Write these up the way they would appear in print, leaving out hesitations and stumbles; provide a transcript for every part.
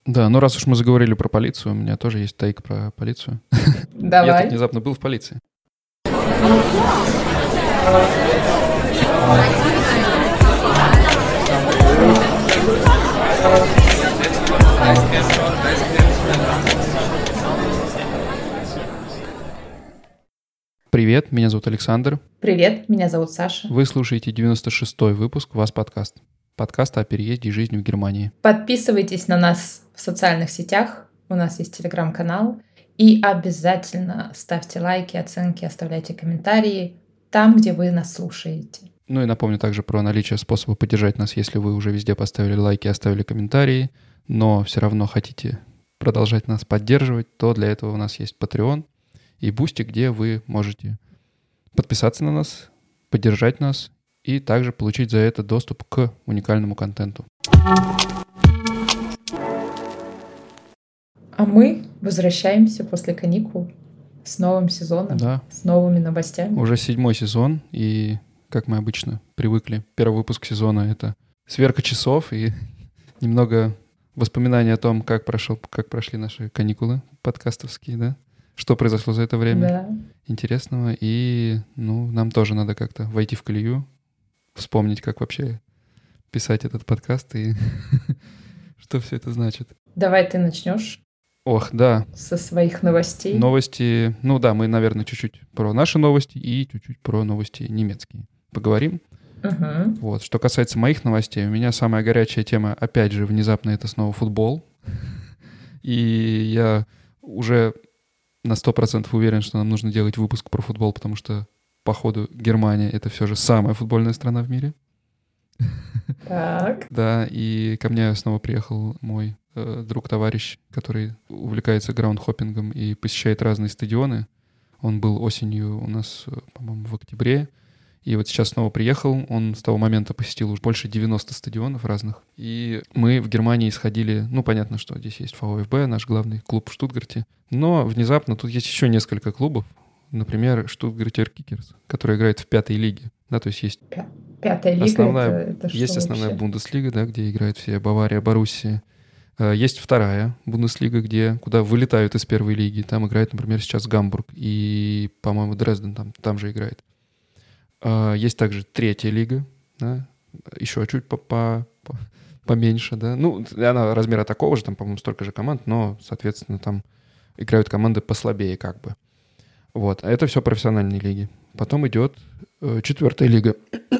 Да, ну раз уж мы заговорили про полицию, у меня тоже есть тейк про полицию. Я тут Давай. внезапно был в полиции. Привет, меня зовут Александр. Привет, меня зовут Саша. Вы слушаете 96-й выпуск «Вас подкаст». Подкаст о переезде и жизни в Германии. Подписывайтесь на нас в социальных сетях, у нас есть телеграм-канал. И обязательно ставьте лайки, оценки, оставляйте комментарии там, где вы нас слушаете. Ну и напомню также про наличие способа поддержать нас, если вы уже везде поставили лайки и оставили комментарии, но все равно хотите продолжать нас поддерживать, то для этого у нас есть Patreon и Boosty, где вы можете подписаться на нас, поддержать нас и также получить за это доступ к уникальному контенту. А мы возвращаемся после каникул с новым сезоном, Да. с новыми новостями. Уже 7-й сезон, и, как мы обычно привыкли, первый выпуск сезона — это сверка часов и немного воспоминаний о том, как прошли наши каникулы подкастовские, да? Что произошло за это время интересного. И, нам тоже надо как-то войти в колею, вспомнить, как вообще писать этот подкаст и что все это значит. Давай ты начнешь. Ох, да. Со своих новостей. Новости. Ну да, мы, наверное, чуть-чуть про наши новости и чуть-чуть про новости немецкие поговорим. Угу. Вот. Что касается моих новостей, у меня самая горячая тема, опять же, внезапно это снова футбол. И я уже на 100% уверен, что нам нужно делать выпуск про футбол, потому что, походу, Германия — это все же самая футбольная страна в мире. Так. Да, и ко мне снова приехал мой друг-товарищ, который увлекается граунд-хоппингом и посещает разные стадионы. Он был осенью у нас, по-моему, в октябре. И вот сейчас снова приехал. Он с того момента посетил уже больше 90 стадионов разных. И мы в Германии сходили... Ну, понятно, что здесь есть VfB, наш главный клуб в Штутгарте. Но внезапно тут есть еще несколько клубов. Например, Штутгартер Кикерс, который играет в 5-й лиге. Да, то есть есть... Пятая лига — это что есть основная вообще? Бундеслига, да, где играют все Бавария, Боруссия. Есть вторая Бундеслига, куда вылетают из первой лиги. Там играет, например, сейчас Гамбург. И, по-моему, Дрезден там же играет. Есть также третья лига, да, еще чуть поменьше, да. Ну, она размера такого же, там, по-моему, столько же команд, но, соответственно, там играют команды послабее как бы. Вот. Это все профессиональные лиги. Потом идет 4-я лига.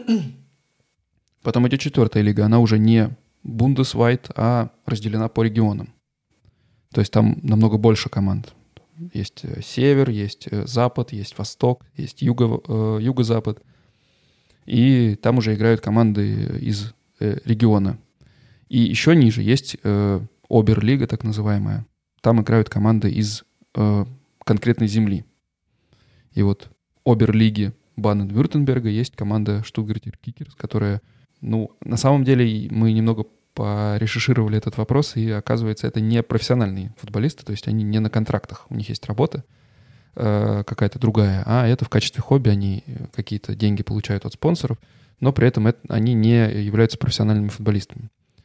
Потом идет 4-я лига. Она уже не Бундесвайт, а разделена по регионам. То есть там намного больше команд. Есть север, есть запад, есть восток, есть юго-запад. И там уже играют команды из региона. И еще ниже есть Оберлига, так называемая. Там играют команды из конкретной земли. И вот Оберлиги Баден-Вюртемберга есть команда Штутгартер Кикерс, которая, на самом деле мы немного порешишировали этот вопрос, и оказывается, это не профессиональные футболисты, то есть они не на контрактах, у них есть работа какая-то другая, а это в качестве хобби они какие-то деньги получают от спонсоров, но при этом они не являются профессиональными футболистами.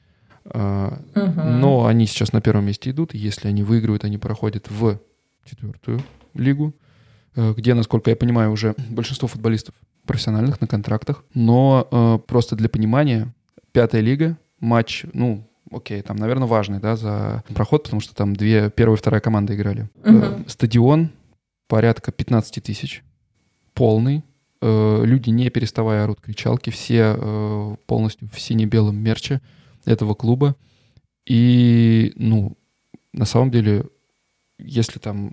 Но они сейчас на первом месте идут, и если они выигрывают, они проходят в 4-ю лигу, где, насколько я понимаю, уже большинство футболистов профессиональных на контрактах, но просто для понимания, 5-я лига, матч, там, наверное, важный, да, за проход, потому что там первая и вторая команда играли. Стадион порядка 15 тысяч, полный, люди не переставая орут кричалки, все полностью в сине-белом мерче этого клуба. И, на самом деле, если там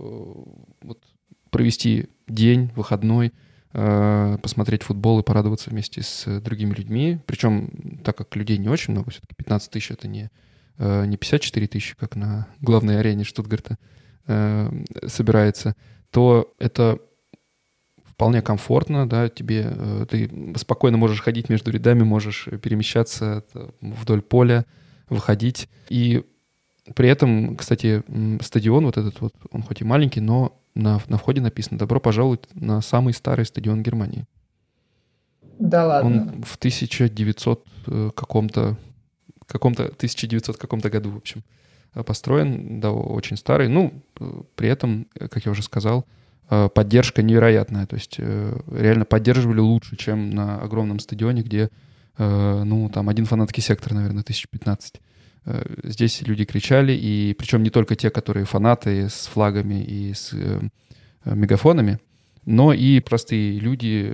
провести день выходной, посмотреть футбол и порадоваться вместе с другими людьми. Причем, так как людей не очень много, все-таки 15 тысяч — это не 54 тысячи, как на главной арене Штутгарта собирается, то это вполне комфортно, да, ты спокойно можешь ходить между рядами, можешь перемещаться вдоль поля, выходить. И при этом, кстати, стадион вот этот вот, он хоть и маленький, но на входе написано «Добро пожаловать на самый старый стадион Германии». Да ладно? Он в 1900 каком-то году, в общем, построен, да, очень старый. Ну, при этом, как я уже сказал, поддержка невероятная. То есть реально поддерживали лучше, чем на огромном стадионе, где, ну, там один фанатский сектор, наверное, 1015. Здесь люди кричали, и причем не только те, которые фанаты с флагами и с мегафонами, но и простые люди,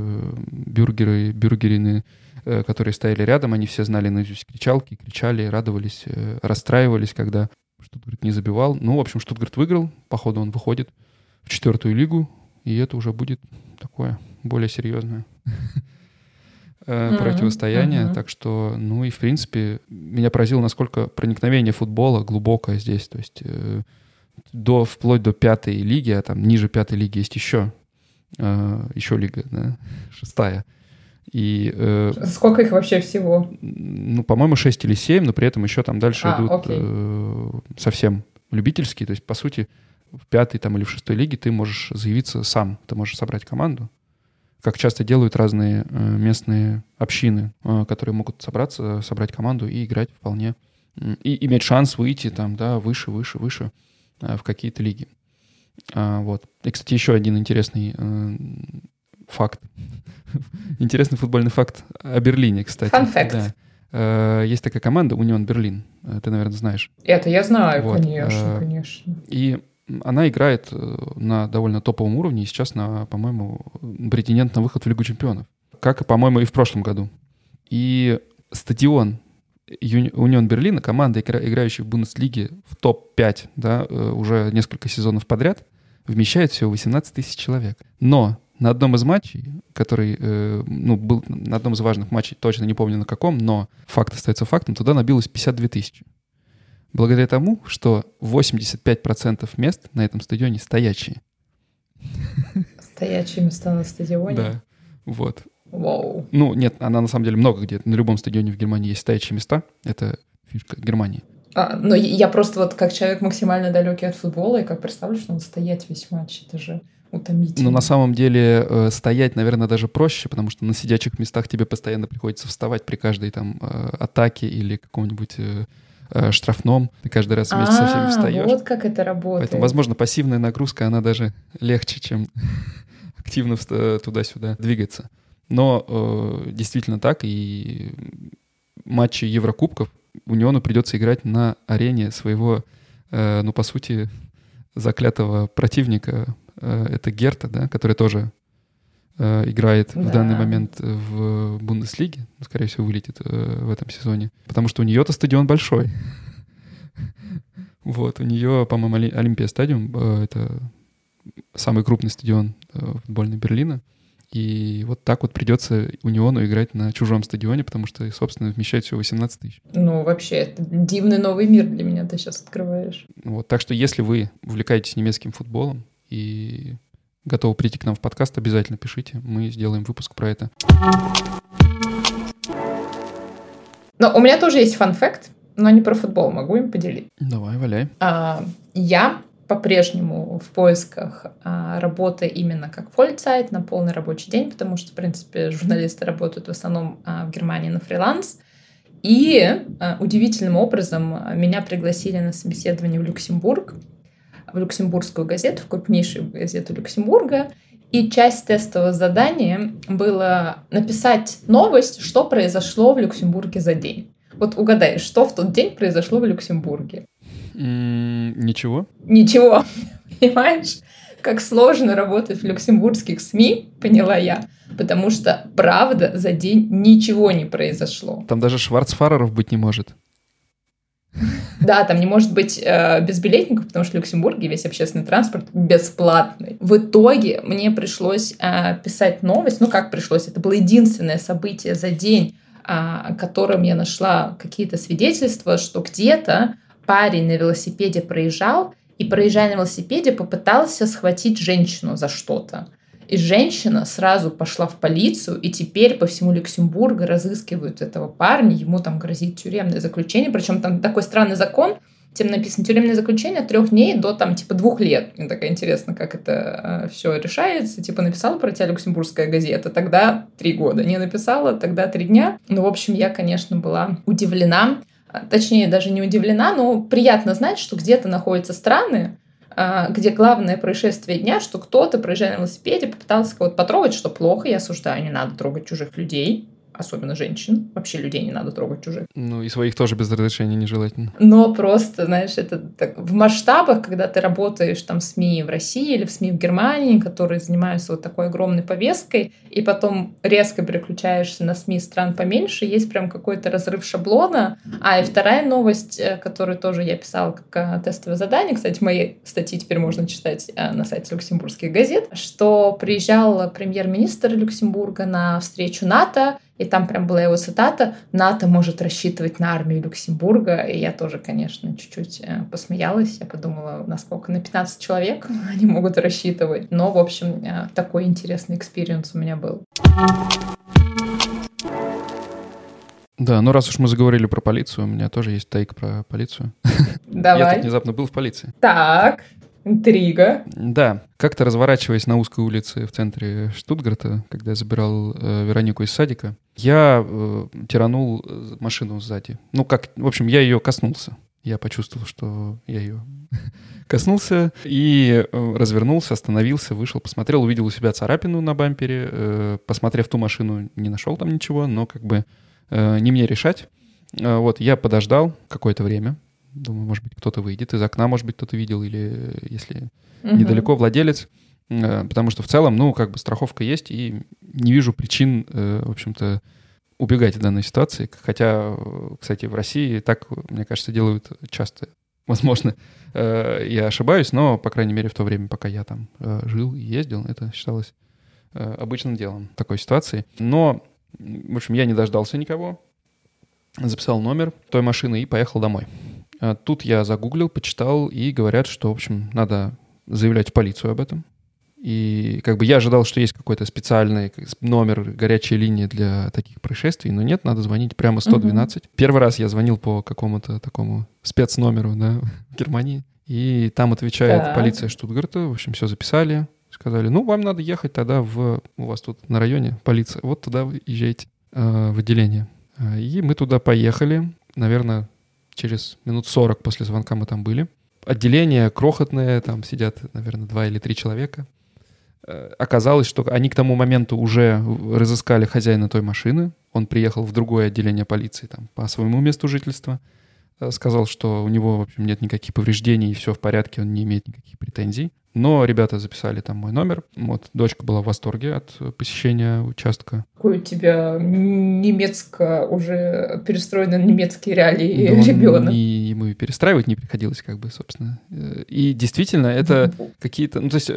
бюргерины, которые стояли рядом, они все знали наизусть кричалки, кричали, радовались, расстраивались, когда Штутгарт не забивал. Ну, в общем, Штутгарт выиграл, походу он выходит в 4-ю лигу, и это уже будет такое более серьезное противостояние. Так что, ну и в принципе, меня поразило, насколько проникновение футбола глубокое здесь. То есть вплоть до 5-й лиги, а там ниже 5-й лиги есть еще лига, да, 6-я. И, сколько их вообще всего? Ну, по-моему, 6 или 7, но при этом еще там дальше идут совсем любительские. То есть, по сути, в 5-й там, или в 6-й лиге ты можешь заявиться сам. Ты можешь собрать команду, как часто делают разные местные общины, которые могут собрать команду и играть вполне. И иметь шанс выйти там, да, выше в какие-то лиги. Вот. И, кстати, еще один интересный факт. Интересный футбольный факт о Берлине, кстати. Fun fact. Да. Есть такая команда «Унион Берлин». Ты, наверное, знаешь. Это я знаю, вот. Конечно. И она играет на довольно топовом уровне и сейчас, по-моему, претендент на выход в Лигу чемпионов. Как, по-моему, и в прошлом году. И стадион Унион Берлина, команда, играющая в Бундеслиге в топ-5, да, уже несколько сезонов подряд, вмещает всего 18 тысяч человек. Но на одном из матчей, который, был на одном из важных матчей, точно не помню на каком, но факт остается фактом, туда набилось 52 тысячи. Благодаря тому, что 85% мест на этом стадионе стоячие. Стоячие места на стадионе? Да, вот. Вау. Ну, нет, она на самом деле много где. На любом стадионе в Германии есть стоячие места. Это фишка Германии. Но я просто вот как человек максимально далекий от футбола, и как представлю, что надо стоять весь матч, это же утомительно. Но на самом деле стоять, наверное, даже проще, потому что на сидячих местах тебе постоянно приходится вставать при каждой там атаке или каком-нибудь штрафном. Ты каждый раз вместе со всеми встаешь. Вот как это работает. Поэтому, возможно, пассивная нагрузка, она даже легче, чем активно туда-сюда двигаться. Но действительно так, и матчи Еврокубков Униону придется играть на арене своего, по сути, заклятого противника. Это Герта, да, который тоже играет в данный момент в Бундеслиге. Скорее всего, вылетит в этом сезоне. Потому что у нее-то стадион большой. Вот, у нее, по-моему, Олимпия стадиум. Это самый крупный стадион футбольный Берлина. И вот так вот придется Униону играть на чужом стадионе, потому что, собственно, вмещает всего 18 тысяч. Ну, вообще, это дивный новый мир для меня ты сейчас открываешь. Вот, так что если вы увлекаетесь немецким футболом и готовы прийти к нам в подкаст, обязательно пишите, мы сделаем выпуск про это. Но у меня тоже есть фан-факт, но не про футбол, могу им поделить. Давай, валяй. Я по-прежнему в поисках работы именно как фолльцайт на полный рабочий день, потому что, в принципе, журналисты работают в основном в Германии на фриланс. И удивительным образом меня пригласили на собеседование в Люксембург, в люксембургскую газету, в крупнейшую газету Люксембурга. И часть тестового задания было написать новость, что произошло в Люксембурге за день. Вот угадай, что в тот день произошло в Люксембурге? Ничего. Ничего. Понимаешь, как сложно работать в люксембургских СМИ, поняла я. Потому что, правда, за день ничего не произошло. Там даже шварцфареров быть не может. Да, там не может быть безбилетников, потому что в Люксембурге весь общественный транспорт бесплатный. В итоге мне пришлось писать новость. Ну, как пришлось? Это было единственное событие за день, о котором я нашла какие-то свидетельства, что где-то парень на велосипеде проезжал, и, проезжая на велосипеде, попытался схватить женщину за что-то. И женщина сразу пошла в полицию, и теперь по всему Люксембургу разыскивают этого парня, ему там грозит тюремное заключение, причем там такой странный закон, там написано тюремное заключение от 3 дней до 2 лет. Мне такая интересно, как это все решается. Написала про тебя люксембургская газета, тогда 3 года. Не написала, тогда 3 дня. Ну, в общем, я, конечно, была удивлена точнее, даже не удивлена, но приятно знать, что где-то находятся страны, где главное происшествие дня, что кто-то, проезжая на велосипеде, попытался кого-то потрогать, что плохо, я осуждаю, не надо трогать чужих людей, особенно женщин. Вообще людей не надо трогать чужих. Ну, и своих тоже без разрешения нежелательно. Но просто, знаешь, это так, в масштабах, когда ты работаешь там в СМИ в России или в СМИ в Германии, которые занимаются вот такой огромной повесткой, и потом резко переключаешься на СМИ стран поменьше, есть прям какой-то разрыв шаблона. И вторая новость, которую тоже я писала как тестовое задание, кстати, мои статьи теперь можно читать на сайте люксембургских газет, что приезжал премьер-министр Люксембурга на встречу НАТО, и там прям была его цитата: «НАТО может рассчитывать на армию Люксембурга». И я тоже, конечно, чуть-чуть посмеялась. Я подумала, насколько на 15 человек они могут рассчитывать. Но, в общем, такой интересный экспириенс у меня был. Да, ну раз уж мы заговорили про полицию, у меня тоже есть тейк про полицию. Давай. Я тут внезапно был в полиции. Так, интрига. Да, как-то разворачиваясь на узкой улице в центре Штутгарта, когда я забирал Веронику из садика, я тиранул машину сзади. Ну, как, в общем, я ее коснулся. Я почувствовал, что я ее коснулся и развернулся, остановился, вышел, посмотрел, увидел у себя царапину на бампере. Посмотрев ту машину, не нашел там ничего, но как бы не мне решать. Вот, я подождал какое-то время. Думаю, может быть, кто-то выйдет из окна, может быть, кто-то видел, или если недалеко владелец. Потому что в целом, ну, как бы страховка есть, и не вижу причин, в общем-то, убегать в данной ситуации. Хотя, кстати, в России так, мне кажется, делают часто. Возможно, я ошибаюсь, но, по крайней мере, в то время, пока я там жил и ездил, это считалось обычным делом в такой ситуации. Но, в общем, я не дождался никого, записал номер той машины и поехал домой. Тут я загуглил, почитал, и говорят, что, в общем, надо заявлять в полицию об этом. И как бы я ожидал, что есть какой-то специальный номер горячей линии для таких происшествий, но нет, надо звонить прямо 112. Первый раз я звонил по какому-то такому спецномеру, да, в Германии, и там отвечает полиция Штутгарта, в общем, все записали, сказали, ну, вам надо ехать тогда у вас тут на районе полиция, вот туда вы езжайте в отделение. И мы туда поехали, наверное, через минут 40 после звонка мы там были. Отделение крохотное, там сидят, наверное, 2 или 3 человека. Оказалось, что они к тому моменту уже разыскали хозяина той машины. Он приехал в другое отделение полиции там, по своему месту жительства. Сказал, что у него, в общем, нет никаких повреждений, и все в порядке, он не имеет никаких претензий. Но ребята записали там мой номер. Вот, дочка была в восторге от посещения участка. Какой у тебя немецко уже перестроенный на немецкие реалии да, ребенок. Ему и перестраивать не приходилось, как бы, собственно. И действительно, это какие-то... Ну, то есть...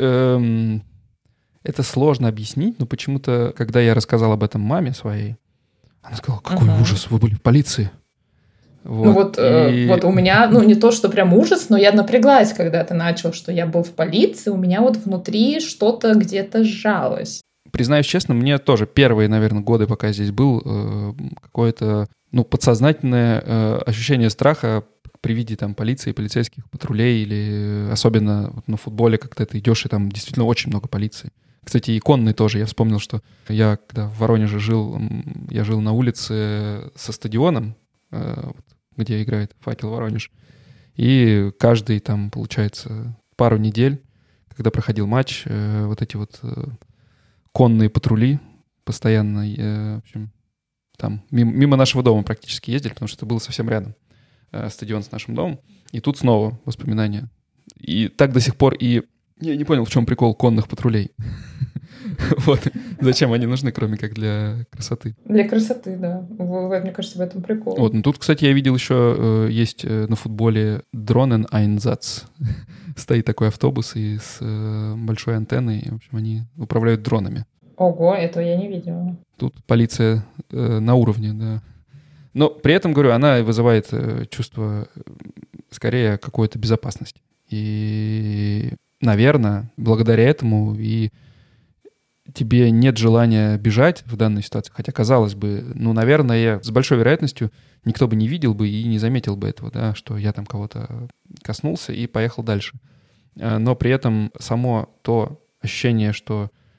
Это сложно объяснить, но почему-то, когда я рассказал об этом маме своей, она сказала, какой ужас, вы были в полиции. Вот. Ну вот у меня, ну не то, что прям ужас, но я напряглась, когда ты начал, что я был в полиции, у меня вот внутри что-то где-то сжалось. Признаюсь честно, мне тоже первые, наверное, годы, пока я здесь был, какое-то, ну, подсознательное ощущение страха при виде там полиции, полицейских патрулей, или особенно вот, на футболе, когда ты идешь, и там действительно очень много полиции. Кстати, и конные тоже. Я вспомнил, что я, когда в Воронеже жил, я жил на улице со стадионом, где играет «Факел Воронеж». И каждый там, получается, пару недель, когда проходил матч, вот эти вот конные патрули постоянно, в общем, там мимо нашего дома практически ездили, потому что это было совсем рядом, стадион с нашим домом. И тут снова воспоминания. И так до сих пор и... Я не понял, в чем прикол конных патрулей. Вот. Зачем они нужны, кроме как для красоты? Для красоты, да. Мне кажется, в этом прикол. Вот. Ну, тут, кстати, я видел еще, есть на футболе Drohneneinsatz. Стоит такой автобус и с большой антенной. В общем, они управляют дронами. Ого, этого я не видела. Тут полиция на уровне, да. Но при этом, говорю, она вызывает чувство скорее какой-то безопасности. И, наверное, благодаря этому и тебе нет желания бежать в данной ситуации. Хотя, казалось бы, ну, наверное, с большой вероятностью никто бы не видел бы и не заметил бы этого, да, что я там кого-то коснулся и поехал дальше. Но при этом само то ощущение, что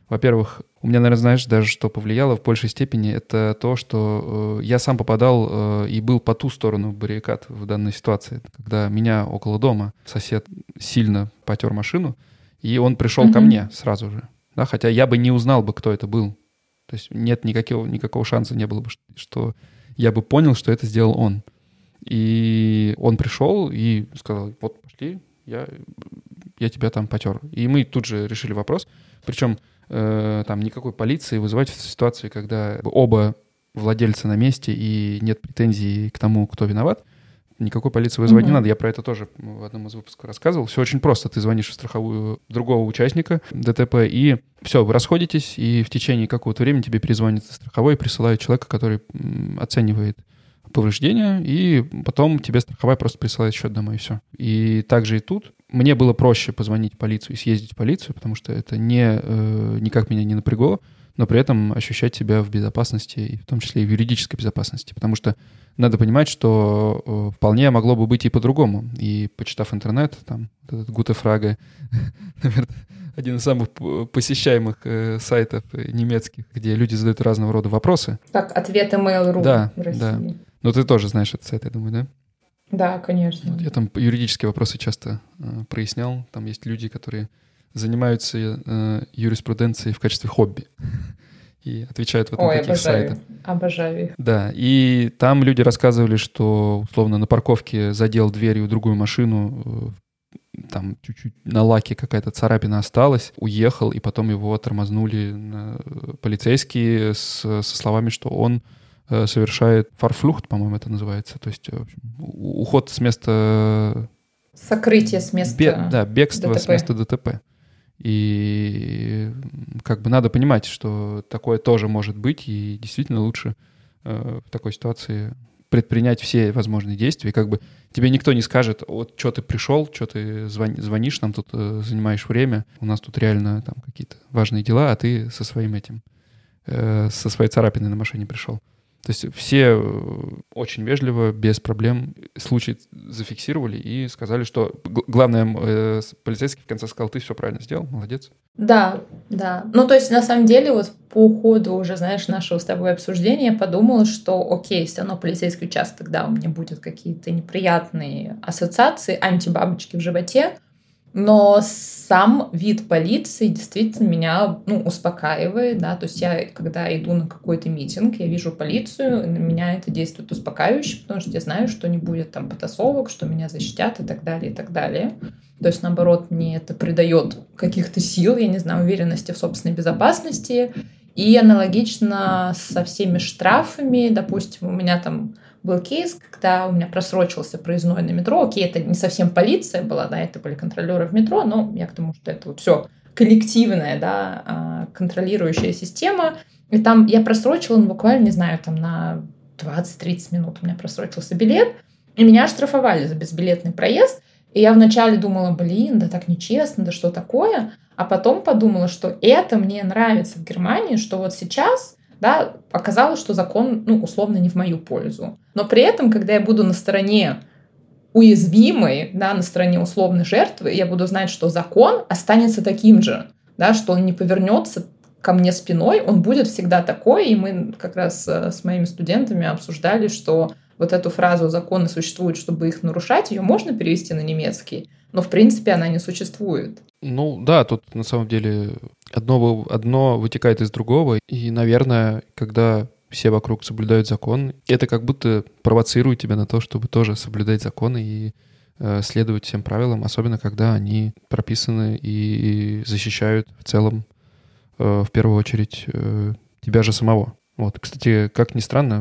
Во-первых, у меня, наверное, знаешь, даже что повлияло в большей степени, это то, что я сам попадал и был по ту сторону баррикад в данной ситуации. Когда меня около дома сосед сильно потер машину, и он пришел ко мне сразу же. Да, хотя я бы не узнал бы, кто это был. То есть нет никакого шанса не было бы, что я бы понял, что это сделал он. И он пришел и сказал: вот пошли, я тебя там потер. И мы тут же решили вопрос. Причем там никакой полиции вызывать в ситуации, когда оба владельца на месте и нет претензий к тому, кто виноват, никакой полиции вызывать не надо. Я про это тоже в одном из выпусков рассказывал. Все очень просто. Ты звонишь в страховую другого участника ДТП, и все, вы расходитесь, и в течение какого-то времени тебе перезвонит страховой и присылают человека, который оценивает повреждения, и потом тебе страховая просто присылает счет домой, и все. И также и тут. Мне было проще позвонить в полицию и съездить в полицию, потому что это никак меня не напрягло, но при этом ощущать себя в безопасности, и в том числе и в юридической безопасности. Потому что надо понимать, что вполне могло бы быть и по-другому. И почитав интернет, там, Gute Frage, наверное, один из самых посещаемых сайтов немецких, где люди задают разного рода вопросы. Как ответы Mail.ru в России. Да. Ну, ты тоже знаешь этот сайт, я думаю, да? Да, конечно. Вот я там юридические вопросы часто прояснял. Там есть люди, которые занимаются юриспруденцией в качестве хобби и отвечают вот на таких сайтах. Обожаю их. Да, и там люди рассказывали, что условно на парковке задел дверью другую машину, там чуть-чуть на лаке какая-то царапина осталась, уехал, и потом его тормознули полицейские со словами, что он совершает фарфлухт, по-моему, это называется, то есть в общем, уход с места... Сокрытие с места бегство ДТП. с места ДТП. И как бы надо понимать, что такое тоже может быть, и действительно лучше в такой ситуации предпринять все возможные действия. И как бы тебе никто не скажет: вот что ты пришел, что ты звонишь, нам тут занимаешь время, у нас тут реально там какие-то важные дела, а ты со своим со своей царапиной на машине пришел. То есть все очень вежливо, без проблем случай зафиксировали и сказали, что главное, полицейский в конце сказал: ты все правильно сделал, молодец. Да. Ну, то есть, на самом деле, вот по ходу уже, знаешь, нашего с тобой обсуждения я подумала, что окей, все равно полицейский участок, да, у меня будут какие-то неприятные ассоциации, антибабочки в животе, но сам вид полиции действительно меня, успокаивает, да, то есть я, когда иду на какой-то митинг, я вижу полицию, на меня это действует успокаивающе, потому что я знаю, что не будет там потасовок, что меня защитят и так далее, и так далее. То есть, наоборот, мне это придает каких-то сил, я не знаю, уверенности в собственной безопасности. И аналогично со всеми штрафами, допустим, у меня там был кейс, когда у меня просрочился проездной на метро. Окей, это не совсем полиция была, да, это были контролеры в метро, но я к тому, что это вот все коллективная, да, контролирующая система. И там я просрочила, буквально, не знаю, там на 20-30 минут у меня просрочился билет, и меня оштрафовали за безбилетный проезд. И я вначале думала: да так нечестно, да что такое? А потом подумала, что это мне нравится в Германии, что вот сейчас, да, оказалось, что закон, условно, не в мою пользу. Но при этом, когда я буду на стороне уязвимой, да, на стороне условной жертвы, я буду знать, что закон останется таким же, да, что он не повернется ко мне спиной, он будет всегда такой. И мы как раз с моими студентами обсуждали, что вот эту фразу «законы существуют, чтобы их нарушать», ее можно перевести на немецкий, но в принципе она не существует. Ну да, тут на самом деле одно вытекает из другого. И, наверное, когда все вокруг соблюдают закон, это как будто провоцирует тебя на то, чтобы тоже соблюдать законы и следовать всем правилам, особенно когда они прописаны и защищают в целом, в первую очередь, тебя же самого. Вот. Кстати, как ни странно,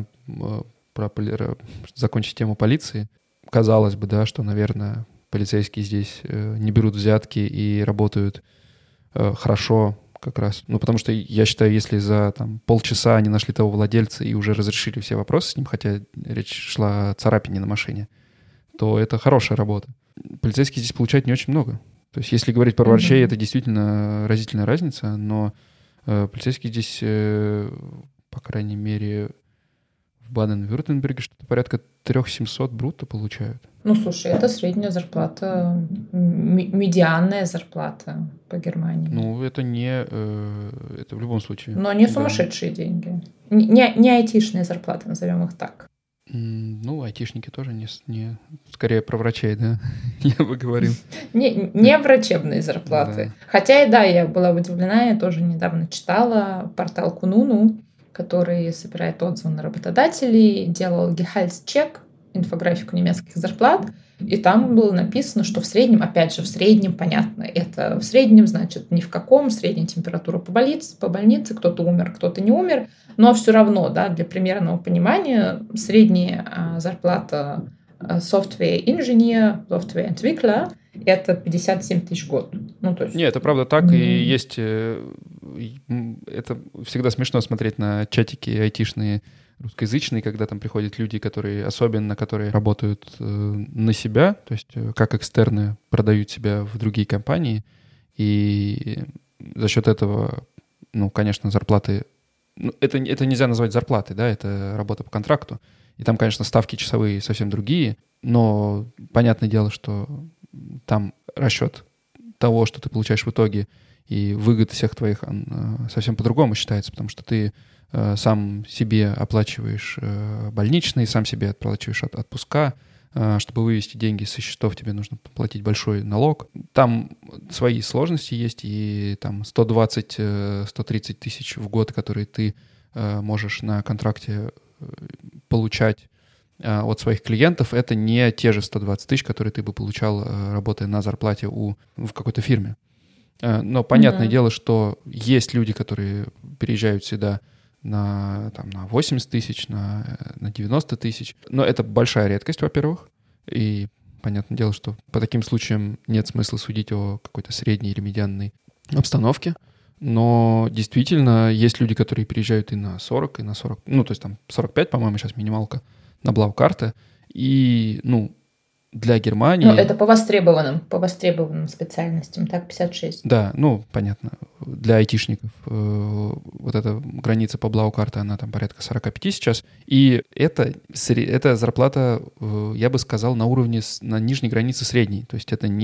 закончить тему полиции, казалось бы, да, что, наверное, полицейские здесь не берут взятки и работают хорошо как раз. Ну, потому что я считаю, если за полчаса они нашли того владельца и уже разрешили все вопросы с ним, хотя речь шла о царапине на машине, то это хорошая работа. Полицейские здесь получают не очень много. То есть если говорить про врачей, это действительно разительная разница, но полицейские здесь, по крайней мере, в Баден-Вюртемберге что-то порядка 3700 брутто получают. Ну, слушай, это средняя зарплата, медианная зарплата по Германии. Ну, это не... это в любом случае. Но не сумасшедшие деньги. Не айтишные зарплаты, назовем их так. Ну, айтишники тоже не... Скорее про врачей, да? Я бы говорил. Не врачебные зарплаты. Да. Хотя, и да, я была удивлена, я тоже недавно читала портал Кунуну, который собирает отзывы на работодателей, делал Gehaltscheck, инфографику немецких зарплат, и там было написано, что в среднем, опять же, в среднем, понятно, это в среднем, значит, ни в каком, средняя температура по больнице, кто-то умер, кто-то не умер, но все равно, да, для примерного понимания, средняя зарплата software-инженер, software-entwickler — это 57 тысяч в год. Ну, то есть... Нет, это правда так, и есть... Это всегда смешно смотреть на чатики айтишные, русскоязычные, когда там приходят люди, которые работают на себя, то есть как экстерны продают себя в другие компании, и за счет этого, ну, конечно, зарплаты... Ну, это нельзя назвать зарплатой, да, это работа по контракту, и там, конечно, ставки часовые совсем другие, но понятное дело, что там расчет того, что ты получаешь в итоге, и выгод всех твоих, он совсем по-другому считается, потому что ты сам себе оплачиваешь больничные, сам себе оплачиваешь отпуска. Чтобы вывести деньги со счетов, тебе нужно платить большой налог. Там свои сложности есть, и там 120-130 тысяч в год, которые ты можешь на контракте получать от своих клиентов, это не те же 120 тысяч, которые ты бы получал, работая на зарплате в какой-то фирме. Но понятное дело, что есть люди, которые переезжают сюда на 80 тысяч, на 90 тысяч. Но это большая редкость, во-первых. И понятное дело, что по таким случаям нет смысла судить о какой-то средней или медианной обстановке. Но действительно есть люди, которые переезжают и на 40, и на 40. Ну, то есть там 45, по-моему, сейчас минималка на Блау-карте. И, ну, для Германии... Ну, это по востребованным специальностям, так, 56. Да, ну, понятно. Для айтишников вот эта граница по Блау-карте, она там порядка 45 сейчас. И это зарплата, я бы сказал, на уровне, на нижней границе средней. То есть это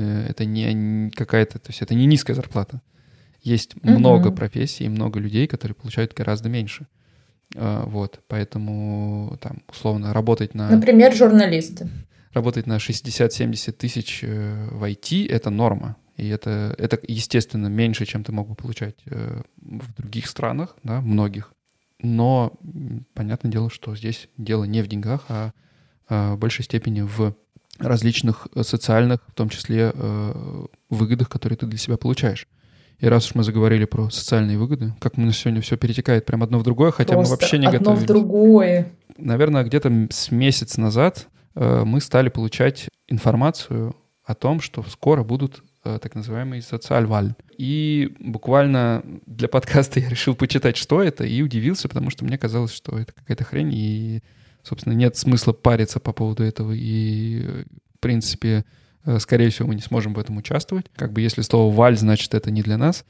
не какая-то... То есть это не низкая зарплата. Есть много профессий, много людей, которые получают гораздо меньше. Вот, поэтому там, условно, работать на... Например, журналисты. Работать на 60-70 тысяч в IT — это норма. И это, естественно, меньше, чем ты мог бы получать в других странах, да, многих. Но понятное дело, что здесь дело не в деньгах, а в большей степени в различных социальных, в том числе выгодах, которые ты для себя получаешь. И раз уж мы заговорили про социальные выгоды, как у нас сегодня все перетекает прям одно в другое, хотя просто мы вообще не готовились. Одно в другое. Наверное, где-то с месяц назад мы стали получать информацию о том, что скоро будут так называемые социальваль. И буквально для подкаста я решил почитать, что это, и удивился, потому что мне казалось, что это какая-то хрень, и, собственно, нет смысла париться по поводу этого, и, в принципе, скорее всего, мы не сможем в этом участвовать. Как бы если слово «валь», значит, это не для нас.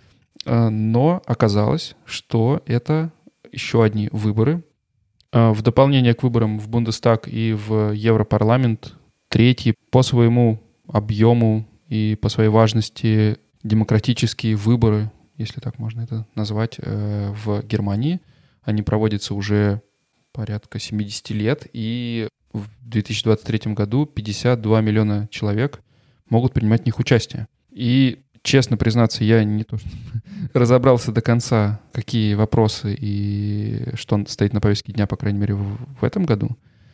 Но оказалось, что это еще одни выборы. В дополнение к выборам в Бундестаг и в Европарламент, третьи по своему объему и по своей важности демократические выборы, если так можно это назвать, в Германии. Они проводятся уже порядка 70 лет, и в 2023 году 52 миллиона человек могут принимать в них участие. И, честно признаться, я не то что разобрался до конца, какие вопросы и что стоит на повестке дня, по крайней мере, в этом году.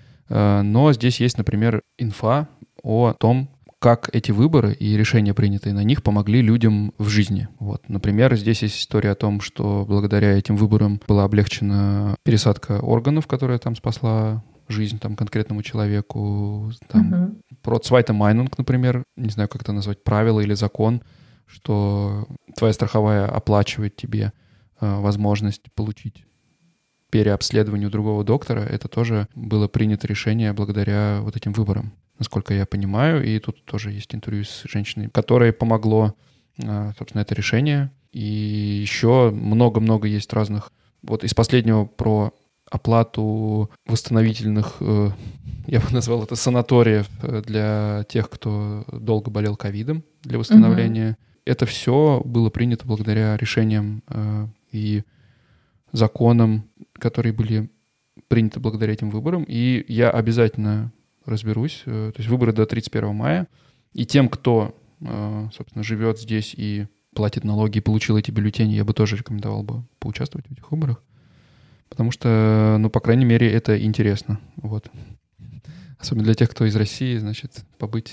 Но здесь есть, например, инфа о том, как эти выборы и решения, принятые на них, помогли людям в жизни. Вот. Например, здесь есть история о том, что благодаря этим выборам была облегчена пересадка органов, которая там спасла жизнь там, конкретному человеку. Там, про Zweite Meinung, например, не знаю, как это назвать, правило или закон, что твоя страховая оплачивает тебе возможность получить переобследование у другого доктора. Это тоже было принято решение благодаря вот этим выборам, насколько я понимаю. И тут тоже есть интервью с женщиной, которой помогло, собственно, это решение. И еще много-много есть разных... Вот из последнего про оплату восстановительных я бы назвал это санаториев для тех, кто долго болел ковидом, для восстановления. Это все было принято благодаря решениям и законам, которые были приняты благодаря этим выборам. И я обязательно разберусь. То есть выборы до 31 мая. И тем, кто, собственно, живет здесь и платит налоги и получил эти бюллетени, я бы тоже рекомендовал бы поучаствовать в этих выборах. Потому что, ну, по крайней мере, это интересно. Вот. Особенно для тех, кто из России, значит,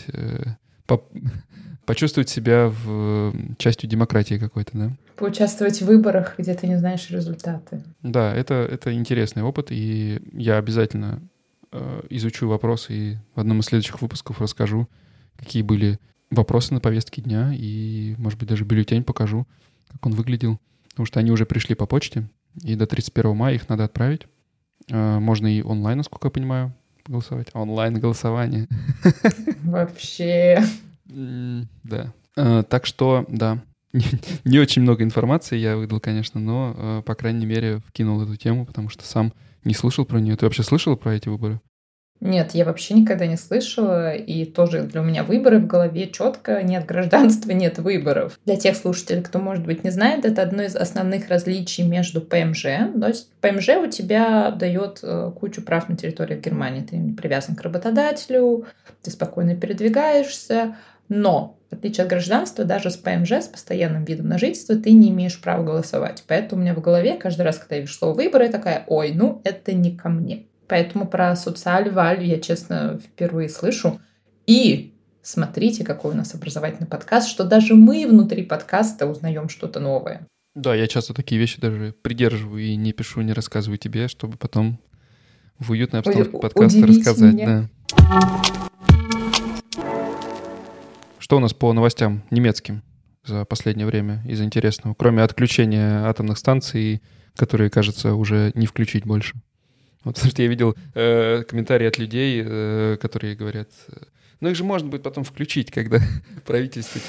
почувствовать себя частью демократии какой-то, да? Поучаствовать в выборах, где ты не знаешь результаты. Да, это интересный опыт, и я обязательно изучу вопросы и в одном из следующих выпусков расскажу, какие были вопросы на повестке дня, и, может быть, даже бюллетень покажу, как он выглядел. Потому что они уже пришли по почте, и до 31 мая их надо отправить. Можно и онлайн, насколько я понимаю, голосовать. Онлайн-голосование. Вообще. Да. Так что, да, не очень много информации я выдал, конечно, но, по крайней мере, вкинул эту тему, потому что сам не слышал про нее. Ты вообще слышал про эти выборы? Нет, я вообще никогда не слышала, и тоже для меня выборы в голове четко. Нет гражданства, нет выборов. Для тех слушателей, кто, может быть, не знает, это одно из основных различий между ПМЖ. То есть ПМЖ у тебя дает кучу прав на территории Германии. Ты не привязан к работодателю, ты спокойно передвигаешься, но в отличие от гражданства, даже с ПМЖ, с постоянным видом на жительство, ты не имеешь права голосовать. Поэтому у меня в голове каждый раз, когда я вижу слово «выборы», я такая: ой, ну это не ко мне. Поэтому про социаль-валь я, честно, впервые слышу. И смотрите, какой у нас образовательный подкаст, что даже мы внутри подкаста узнаем что-то новое. Да, я часто такие вещи даже придерживаю и не пишу, не рассказываю тебе, чтобы потом в уютной обстановке подкаста рассказать. Да. Что у нас по новостям немецким за последнее время из интересного, кроме отключения атомных станций, которые, кажется, уже не включить больше? Вот, потому что я видел комментарии от людей, которые говорят: ну их же можно будет потом включить, когда правительство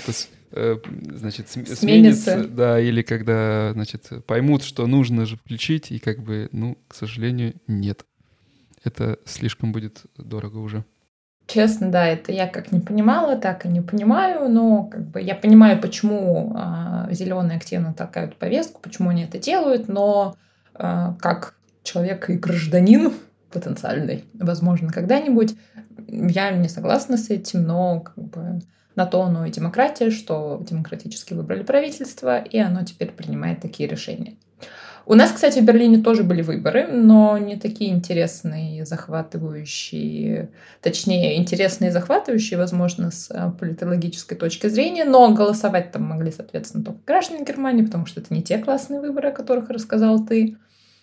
значит, сменится, да, или когда, значит, поймут, что нужно же включить, и как бы, ну, к сожалению, нет. Это слишком будет дорого уже. Честно, да, это я как не понимала, так и не понимаю, но как бы я понимаю, почему зеленые активно толкают повестку, почему они это делают, но как человек и гражданин потенциальный, возможно, когда-нибудь, я не согласна с этим, но как бы на то оно и демократия, что демократически выбрали правительство, и оно теперь принимает такие решения. У нас, кстати, в Берлине тоже были выборы, но не такие интересные, захватывающие, точнее, интересные и захватывающие, возможно, с политологической точки зрения, но голосовать там могли, соответственно, только граждане Германии, потому что это не те классные выборы, о которых рассказал ты.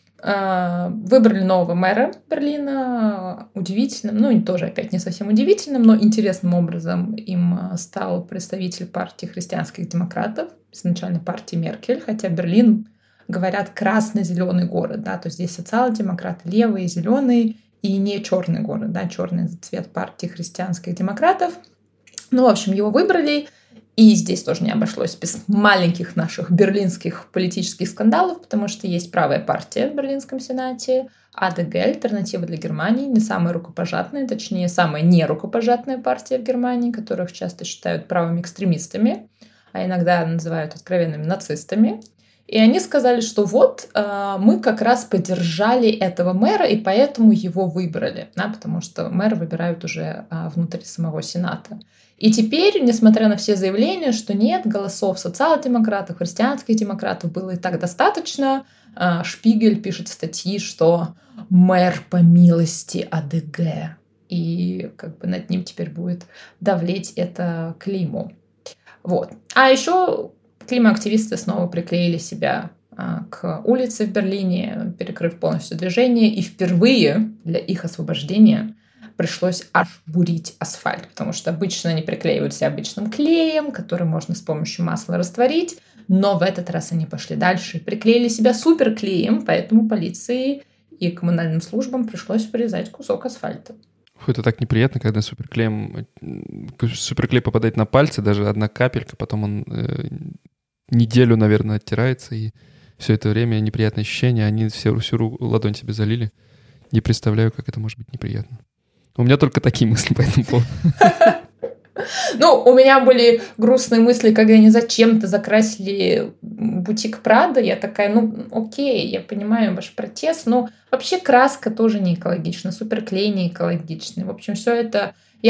Выбрали нового мэра Берлина. Удивительным, ну, тоже опять не совсем удивительным, но интересным образом им стал представитель партии христианских демократов, изначально партии Меркель, хотя Берлин, говорят, красно-зеленый город, да, то есть здесь социал-демократы левые, зеленые, и не черный город, да, черный цвет партии христианских демократов. Ну, в общем, его выбрали, и здесь тоже не обошлось без маленьких наших берлинских политических скандалов, потому что есть правая партия в Берлинском сенате, АДГ, Альтернатива для Германии, не самая рукопожатная, точнее, самая нерукопожатная партия в Германии, которых часто считают правыми экстремистами, а иногда называют откровенными нацистами. И они сказали, что вот мы как раз поддержали этого мэра, и поэтому его выбрали, да, потому что мэра выбирают уже внутри самого Сената. И теперь, несмотря на все заявления, что нет, голосов социал-демократов, христианских демократов было и так достаточно, Шпигель пишет статьи, что мэр по милости АДГ, и как бы над ним теперь будет давлеть это клеймо. Вот. А еще климоактивисты снова приклеили себя к улице в Берлине, перекрыв полностью движение, и впервые для их освобождения пришлось аж бурить асфальт, потому что обычно они приклеиваются обычным клеем, который можно с помощью масла растворить, но в этот раз они пошли дальше и приклеили себя суперклеем, поэтому полиции и коммунальным службам пришлось вырезать кусок асфальта. Это так неприятно, когда суперклей попадает на пальцы, даже одна капелька, потом он неделю, наверное, оттирается, и все это время неприятные ощущения, они всю ладонь себе залили. Не представляю, как это может быть неприятно. У меня только такие мысли по этому поводу. Ну, у меня были грустные мысли, когда они зачем-то закрасили бутик Прада. Я такая, ну, окей, я понимаю ваш протест, но вообще краска тоже не экологична, суперклей не экологичный. В общем, все это,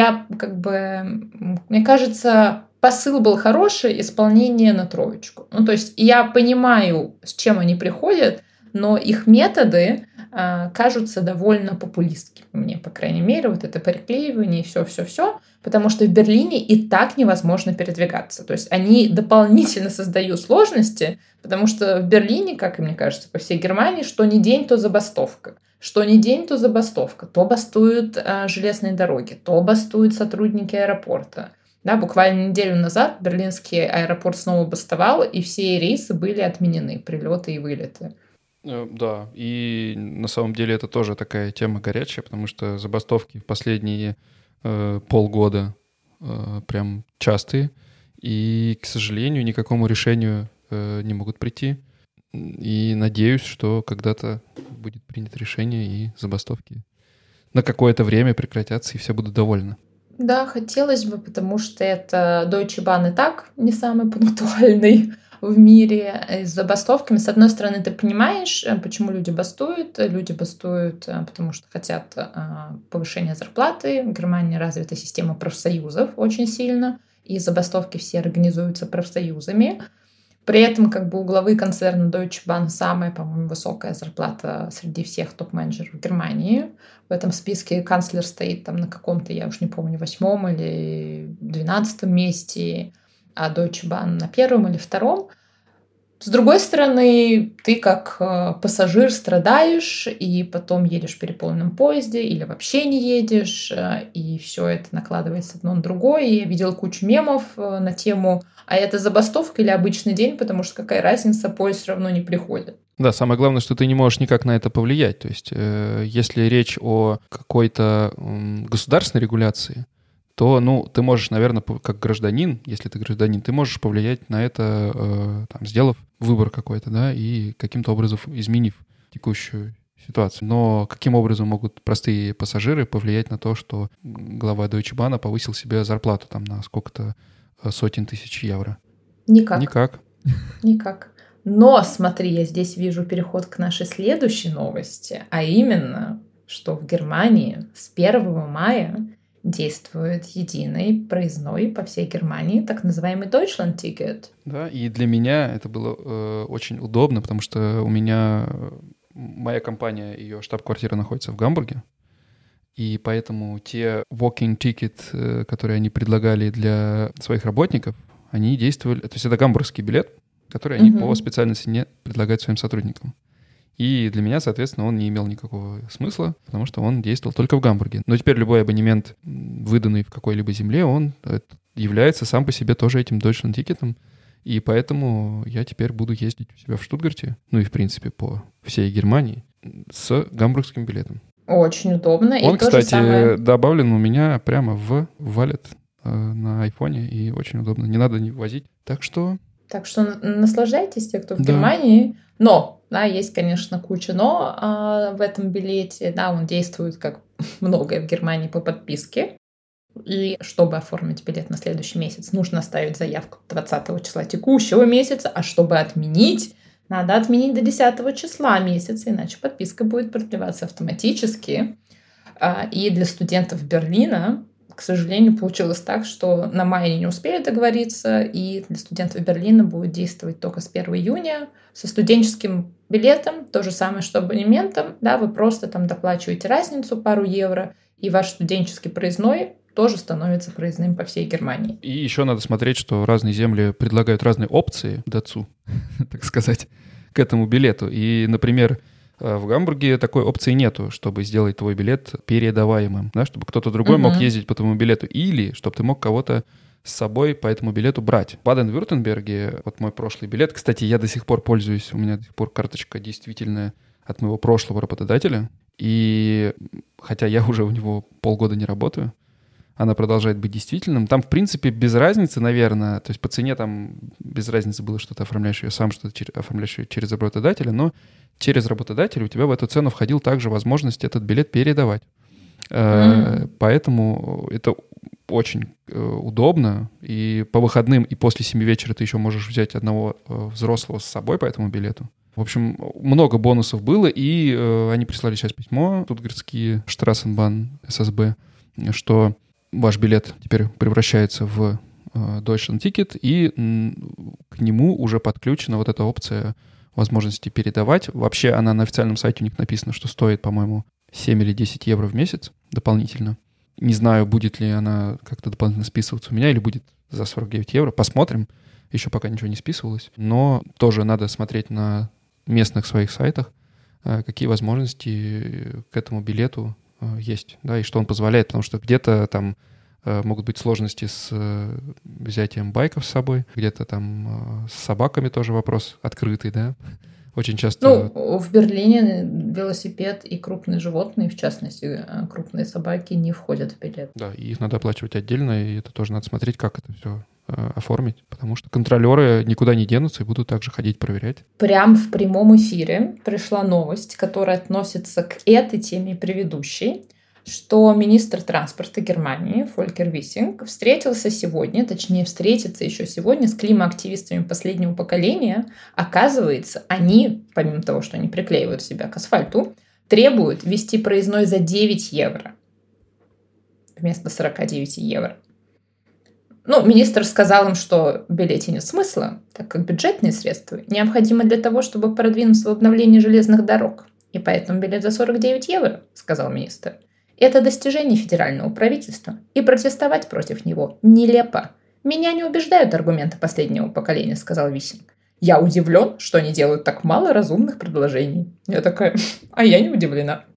мне кажется, посыл был хороший, исполнение на троечку. Ну, то есть я понимаю, с чем они приходят, но их методы кажутся довольно популистскими мне, по крайней мере, вот это приклеивание и все-все-все, потому что в Берлине и так невозможно передвигаться. То есть они дополнительно создают сложности, потому что в Берлине, как и мне кажется, по всей Германии, что ни день, то забастовка. Что ни день, то забастовка. То бастуют железные дороги, то бастуют сотрудники аэропорта. Да, буквально неделю назад берлинский аэропорт снова бастовал, и все рейсы были отменены, прилеты и вылеты. Да, и на самом деле это тоже такая тема горячая, потому что забастовки в последние полгода прям частые, и, к сожалению, никакому решению не могут прийти. И надеюсь, что когда-то будет принято решение, и забастовки на какое-то время прекратятся, и все будут довольны. Да, хотелось бы, потому что это Deutsche Bahn и так не самый пунктуальный в мире с забастовками. С одной стороны, ты понимаешь, почему люди бастуют. Люди бастуют, потому что хотят повышения зарплаты. В Германии развита система профсоюзов очень сильно, и забастовки все организуются профсоюзами. При этом у главы концерна Deutsche Bahn самая, по-моему, высокая зарплата среди всех топ-менеджеров в Германии. В этом списке канцлер стоит там на каком-то, я уж не помню, 8 или 12 месте, а Deutsche Bahn на 1 или 2. С другой стороны, ты как пассажир страдаешь, и потом едешь в переполненном поезде или вообще не едешь, и все это накладывается одно на другое. И я видела кучу мемов на тему «А это забастовка или обычный день?» Потому что какая разница, поезд все равно не приходит. Да, самое главное, что ты не можешь никак на это повлиять. То есть если речь о какой-то государственной регуляции, то, ты можешь, наверное, как гражданин, если ты гражданин, ты можешь повлиять на это, сделав выбор какой-то, да, и каким-то образом изменив текущую ситуацию. Но каким образом могут простые пассажиры повлиять на то, что глава Deutsche Bahn повысил себе зарплату на сколько-то сотен тысяч евро? Никак. Никак. Но, смотри, я здесь вижу переход к нашей следующей новости, а именно, что в Германии с 1 мая действует единый проездной по всей Германии, так называемый Deutschland-Ticket. Да, и для меня это было очень удобно, потому что моя компания, ее штаб-квартира находится в Гамбурге, и поэтому те walking ticket, которые они предлагали для своих работников, они действовали, то есть это гамбургский билет, который они по специальности не предлагают своим сотрудникам. И для меня, соответственно, он не имел никакого смысла, потому что он действовал только в Гамбурге. Но теперь любой абонемент, выданный в какой-либо земле, он является сам по себе тоже этим Deutschland-тикетом. И поэтому я теперь буду ездить у себя в Штутгарте, и, в принципе, по всей Германии с гамбургским билетом. Очень удобно. Он, кстати, добавлен у меня прямо в валет на айфоне, и очень удобно. Не надо возить. Так что наслаждайтесь, те, кто в Германии. Но, есть, конечно, куча «но» в этом билете. Да, он действует, как многое в Германии, по подписке. И чтобы оформить билет на следующий месяц, нужно оставить заявку 20 числа текущего месяца. А чтобы отменить, надо отменить до 10 числа месяца, иначе подписка будет продлеваться автоматически. И для студентов Берлина, к сожалению, получилось так, что на май они не успели договориться, и для студентов Берлина будет действовать только с 1 июня. Со студенческим билетом то же самое, что абонементом. Да, вы просто доплачиваете разницу, пару евро, и ваш студенческий проездной тоже становится проездным по всей Германии. И еще надо смотреть, что разные земли предлагают разные опции дацу, так сказать, к этому билету. И, например, в Гамбурге такой опции нету, чтобы сделать твой билет передаваемым, да, чтобы кто-то другой мог ездить по твоему билету, или чтобы ты мог кого-то с собой по этому билету брать. В Баден-Вюртемберге, вот мой прошлый билет, кстати, я до сих пор пользуюсь, у меня до сих пор карточка действительная от моего прошлого работодателя, и хотя я уже у него полгода не работаю, она продолжает быть действительным. Там, в принципе, без разницы, наверное, то есть по цене там без разницы было, что ты оформляешь ее сам, что ты оформляешь ее через работодателя, но через работодателя у тебя в эту цену входил также возможность этот билет передавать. Поэтому это очень удобно. И по выходным, и после 7 вечера ты еще можешь взять одного взрослого с собой по этому билету. В общем, много бонусов было, и они прислали сейчас письмо, Штутгартские Штрасsenбahn ССБ, что ваш билет теперь превращается в Deutschland Ticket, и к нему уже подключена вот эта опция возможности передавать. Вообще она на официальном сайте у них написано, что стоит, по-моему, 7 или 10 евро в месяц дополнительно. Не знаю, будет ли она как-то дополнительно списываться у меня или будет за 49 евро. Посмотрим. Еще пока ничего не списывалось. Но тоже надо смотреть на местных своих сайтах, какие возможности к этому билету есть, да, и что он позволяет, потому что где-то там могут быть сложности с взятием байков с собой, где-то там с собаками тоже вопрос открытый, да. Очень часто... Ну, в Берлине велосипед и крупные животные, в частности, крупные собаки, не входят в билет. Да, и их надо оплачивать отдельно, и это тоже надо смотреть, как это все оформить, потому что контролеры никуда не денутся и будут также ходить проверять. Прям в прямом эфире пришла новость, которая относится к этой теме предыдущей, что министр транспорта Германии Фолькер Виссинг встретился сегодня, точнее встретится еще сегодня с климаактивистами последнего поколения. Оказывается, они, помимо того, что они приклеивают себя к асфальту, требуют ввести проездной за 9 евро вместо 49 евро. Ну, министр сказал им, что в билете нет смысла, так как бюджетные средства необходимы для того, чтобы продвинуться в обновлении железных дорог. И поэтому билет за 49 евро, сказал министр. Это достижение федерального правительства, и протестовать против него нелепо. Меня не убеждают аргументы последнего поколения, сказал Виссинг. Я удивлен, что они делают так мало разумных предложений. Я такая, а я не удивлена.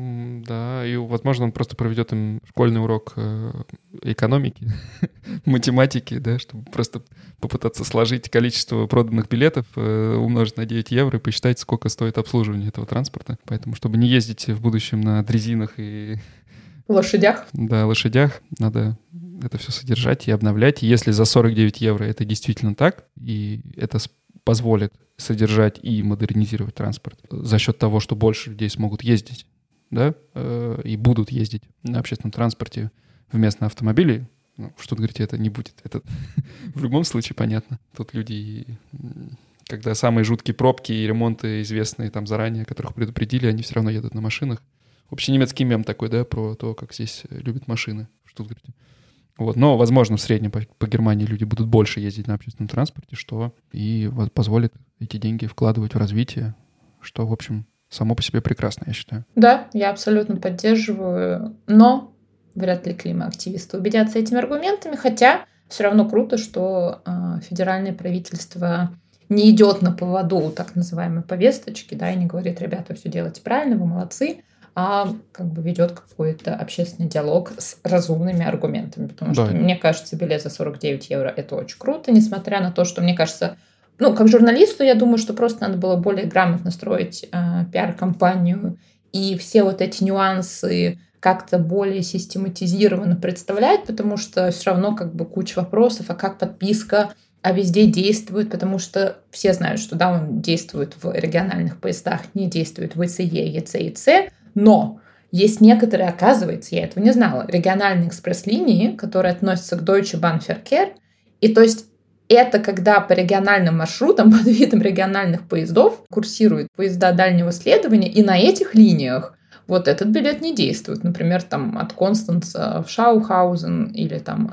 Да, и, возможно, он просто проведет им школьный урок экономики, математики, да, чтобы просто попытаться сложить количество проданных билетов, умножить на 9 евро и посчитать, сколько стоит обслуживание этого транспорта. Поэтому, чтобы не ездить в будущем на дрезинах и... Лошадях. Да, лошадях, надо это все содержать и обновлять. И если за 49 евро это действительно так, и это позволит содержать и модернизировать транспорт за счет того, что больше людей смогут ездить, да, и будут ездить на общественном транспорте вместо автомобилей, ну, в Штутгарте это не будет. Это в любом случае понятно. Тут люди, когда самые жуткие пробки и ремонты известные там заранее, которых предупредили, они все равно едут на машинах. Вообще немецкий мем такой, да, про то, как здесь любят машины в Штутгарте. Вот. Но, возможно, в среднем по Германии люди будут больше ездить на общественном транспорте, что и позволит эти деньги вкладывать в развитие, что, в общем, само по себе прекрасно, я считаю. Да, я абсолютно поддерживаю, но вряд ли климаактивисты убедятся этими аргументами, хотя все равно круто, что федеральное правительство не идет на поводу у так называемой повесточки, да, и не говорит, ребята, все делаете правильно, вы молодцы, а как бы ведет какой-то общественный диалог с разумными аргументами. Потому что, мне кажется, билет за 49 евро — это очень круто, несмотря на то, что, мне кажется, ну, как журналисту, я думаю, что просто надо было более грамотно строить пиар-компанию и все вот эти нюансы как-то более систематизированно представлять, потому что все равно как бы куча вопросов, а как подписка, а везде действует, потому что все знают, что да, он действует в региональных поездах, не действует в ИЦЕ, ЕЦ и Ц, но есть некоторые, оказывается, я этого не знала, региональные экспресс-линии, которые относятся к Deutsche Bahnverkehr, и то есть это когда по региональным маршрутам, под видом региональных поездов курсируют поезда дальнего следования, и на этих линиях вот этот билет не действует. Например, там от Констанца в Шаухаузен или там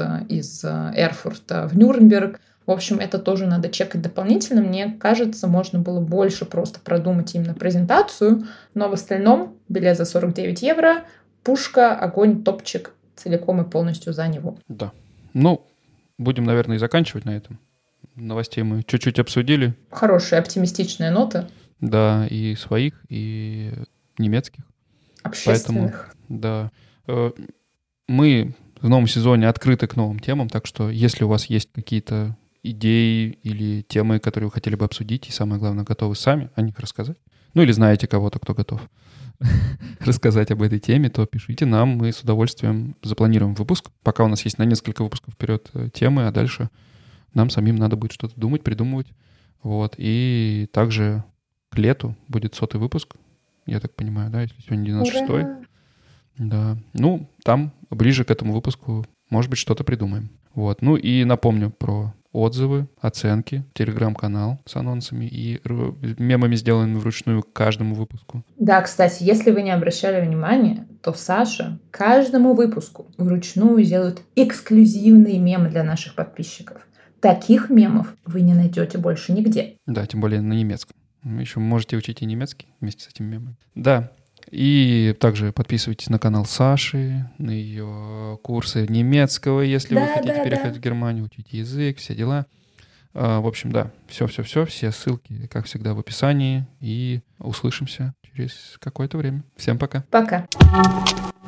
из Эрфурта в Нюрнберг. В общем, это тоже надо чекать дополнительно. Мне кажется, можно было больше просто продумать именно презентацию, но в остальном билет за 49 евро, пушка, огонь, топчик, целиком и полностью за него. Да. Ну, будем, наверное, и заканчивать на этом. Новостей мы чуть-чуть обсудили. Хорошая, оптимистичная нота. Да, и своих, и немецких. Общественных. Поэтому, да. Мы в новом сезоне открыты к новым темам, так что если у вас есть какие-то идеи или темы, которые вы хотели бы обсудить, и самое главное, готовы сами о них рассказать, ну или знаете кого-то, кто готов рассказать об этой теме, то пишите нам, мы с удовольствием запланируем выпуск. Пока у нас есть на несколько выпусков вперед темы, а дальше нам самим надо будет что-то думать, придумывать. Вот. И также к лету будет 100-й выпуск, я так понимаю, да, если сегодня 96-й. Да. Ну, там ближе к этому выпуску, может быть, что-то придумаем. Вот. Ну и напомню про отзывы, оценки, телеграм-канал с анонсами и мемами, сделанными вручную к каждому выпуску. Да, кстати, если вы не обращали внимания, то Саша каждому выпуску вручную делает эксклюзивные мемы для наших подписчиков. Таких мемов вы не найдете больше нигде. Да, тем более на немецком. Вы еще можете учить и немецкий вместе с этими мемами. Да, и также подписывайтесь на канал Саши, на ее курсы немецкого, если вы хотите переехать в Германию, учить язык, все дела. В общем, да, все ссылки, как всегда, в описании. И услышимся через какое-то время. Всем пока. Пока.